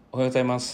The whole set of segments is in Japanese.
おはようございます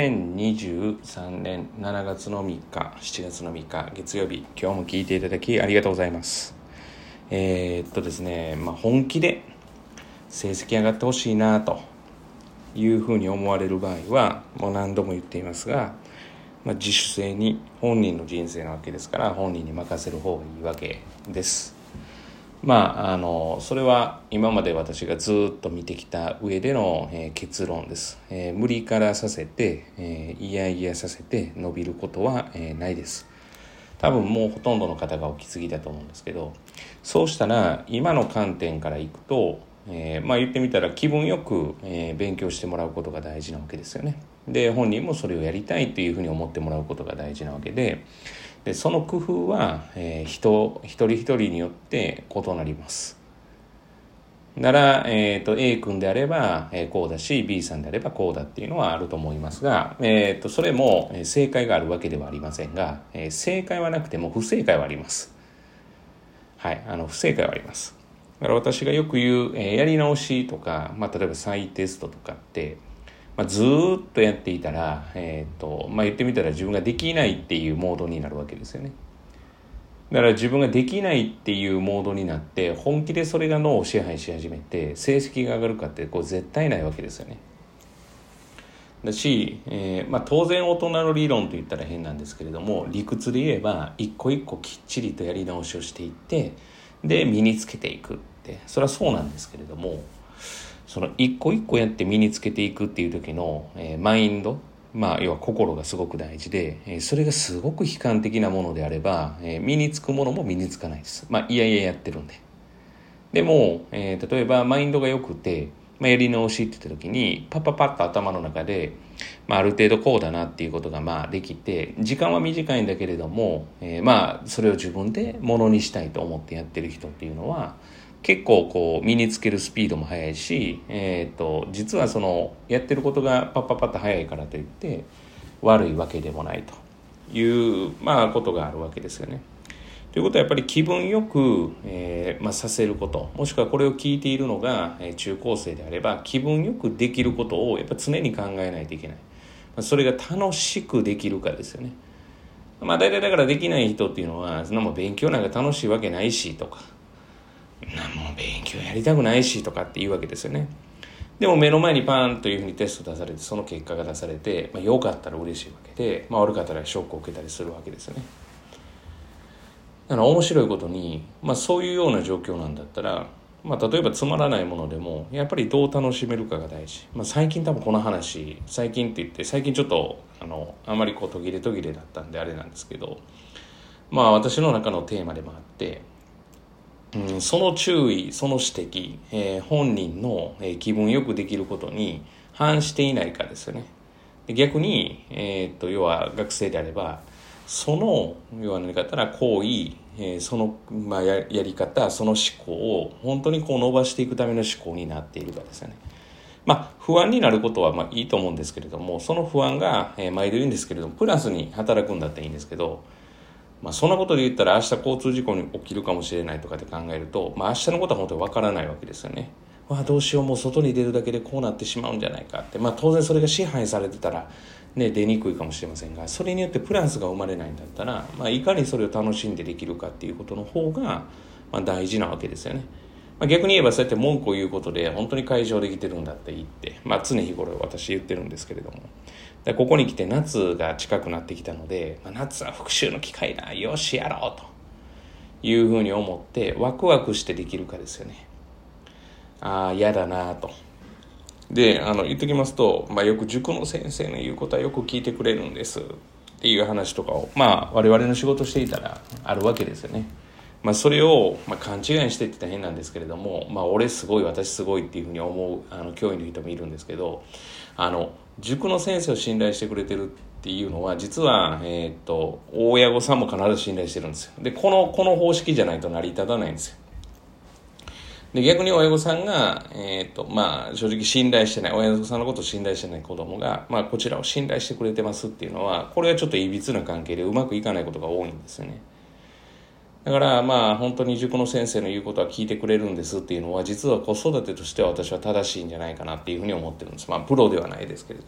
。2023年7月の3日、7月の3日、月曜日、今日も聞いていただきありがとうございます。ですね、本気で成績上がってほしいなというふうに思われる場合は、もう何度も言っていますが、自主性に本人の人生なわけですから、本人に任せる方がいいわけです。それは今まで私がずっと見てきた上での、結論です。無理からさせて、いやいやさせて伸びることは、ないです。多分もうほとんどの方がお気づきだと思うんですけど、そうしたら今の観点からいくと、言ってみたら気分よく、勉強してもらうことが大事なわけですよね。で、本人もそれをやりたいというふうに思ってもらうことが大事なわけで、その工夫は、一人一人によって異なります。なら、A 君であれば、こうだし B さんであればこうだっていうのはあると思いますが、それも正解があるわけではありませんが、正解はなくても不正解はあります。はい、不正解はあります。だから私がよく言う、やり直しとか、例えば再テストとかって、ずーっとやっていたら、言ってみたら自分ができないっていうモードになるわけですよね。だから自分ができないっていうモードになって本気でそれが脳を支配し始めて成績が上がるかって絶対ないわけですよね。だし、当然大人の理論と言ったら変なんですけれども、理屈で言えば一個一個きっちりとやり直しをしていってで身につけていくって、それはそうなんですけれども、その一個一個やって身につけていくっていう時の、マインド、要は心がすごく大事で、それがすごく悲観的なものであれば、身につくものも身につかないです。いやいややってるんで。でも、例えばマインドが良くて、やり直しって言った時にパッパッパッと頭の中で、ある程度こうだなっていうことができて、時間は短いんだけれども、それを自分でものにしたいと思ってやってる人っていうのは結構こう身につけるスピードも速いし、実はそのやってることがパッパッパッと速いからといって悪いわけでもないという、ことがあるわけですよね。ということはやっぱり気分よく、させること、もしくはこれを聞いているのが、中高生であれば気分よくできることをやっぱ常に考えないといけない。それが楽しくできるかですよね。大体だからできない人っていうのは、そんなもん勉強なんか楽しいわけないしとか、もう勉強やりたくないしとかっていうわけですよね。でも目の前にパーンというふうにテスト出されて、その結果が出されて、良かったら嬉しいわけで、悪かったらショックを受けたりするわけですよね。だから面白いことに、そういうような状況なんだったら、例えばつまらないものでもやっぱりどう楽しめるかが大事。最近多分この話、最近って言って最近ちょっとあまり途切れ途切れだったんであれなんですけど、私の中のテーマでもあって、その注意、その指摘、本人の、気分よくできることに反していないかですよね。で逆に、要は学生であれば、その要は何かったら行為、その、やり方、その思考を本当にこう伸ばしていくための思考になっているかですよね。不安になることはいいと思うんですけれども、その不安が、毎度言うんですけれどもプラスに働くんだったらいいんですけど、そんなことで言ったら明日交通事故に起きるかもしれないとかって考えると、明日のことは本当にわからないわけですよね。どうしよう、もう外に出るだけでこうなってしまうんじゃないかって、当然それが支配されてたら、出にくいかもしれませんが、それによってプラスが生まれないんだったら、いかにそれを楽しんでできるかっていうことの方が、大事なわけですよね。逆に言えばそうやって文句を言うことで本当に解消できてるんだっていいって、常日頃私言ってるんですけれども、ここに来て夏が近くなってきたので、夏は復習の機会だ、よしやろうというふうに思ってワクワクしてできるかですよね。嫌だなと。で言ってきますと、よく塾の先生の言うことはよく聞いてくれるんですっていう話とかを、我々の仕事していたらあるわけですよね。それを、勘違いしてって言ったら変なんですけれども、俺すごい私すごいっていうふうに思う教員の人もいるんですけど、塾の先生を信頼してくれてるっていうのは実は、大親御さんも必ず信頼してるんですよ。でこの方式じゃないと成り立たないんですよ。で逆に親御さんが、正直信頼してない、親御さんのことを信頼してない子供が、こちらを信頼してくれてますっていうのは、これはちょっといびつな関係でうまくいかないことが多いんですよね。だから本当に塾の先生の言うことは聞いてくれるんですっていうのは、実は子育てとしては私は正しいんじゃないかなっていうふうに思ってるんです。プロではないですけれども。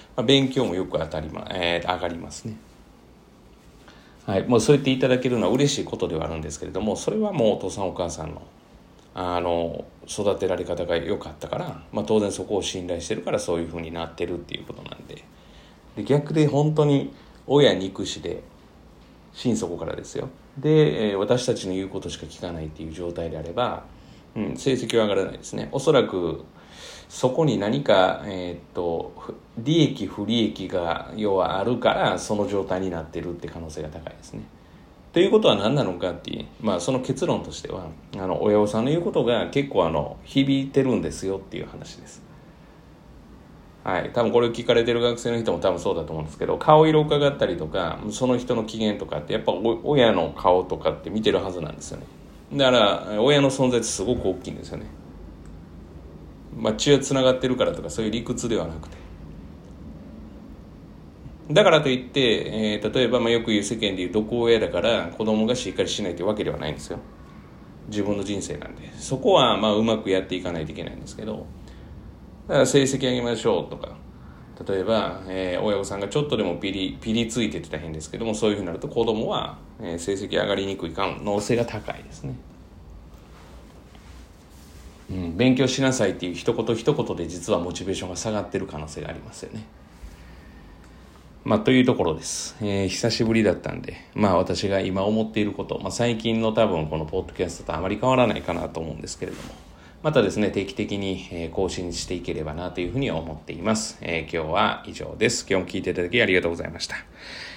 勉強もよく上がりますね。はい、もうそう言っていただけるのは嬉しいことではあるんですけれども、それはもうお父さんお母さんの育てられ方が良かったから、当然そこを信頼してるからそういう風になってるっていうことなんで、逆で本当に親憎しで心底からですよで、私たちの言うことしか聞かないっていう状態であれば、成績は上がらないですね。おそらくそこに何か、利益不利益が要はあるからその状態になってるって可能性が高いですね。ということは何なのかっていう、その結論としては親御さんの言うことが結構響いてるんですよっていう話です。はい、多分これを聞かれてる学生の人も多分そうだと思うんですけど、顔色を伺ったりとかその人の機嫌とかってやっぱ親の顔とかって見てるはずなんですよね。だから親の存在ってすごく大きいんですよね。血はつながってるからとかそういう理屈ではなくて、だからといって、例えばよく言う世間で言う毒親だから子供がしっかりしないというわけではないんですよ。自分の人生なんでそこはうまくやっていかないといけないんですけど、だから成績上げましょうとか、例えば、親御さんがちょっとでもピリついてって大変ですけども、そういうふうになると子供は、成績上がりにくい可能性が高いですね。勉強しなさいっていう一言一言で実はモチベーションが下がってる可能性がありますよね。というところです。久しぶりだったんで、私が今思っていること、最近の多分このポッドキャストとあまり変わらないかなと思うんですけれども、またですね、定期的に更新していければなというふうに思っています。今日は以上です。今日も聞いていただきありがとうございました。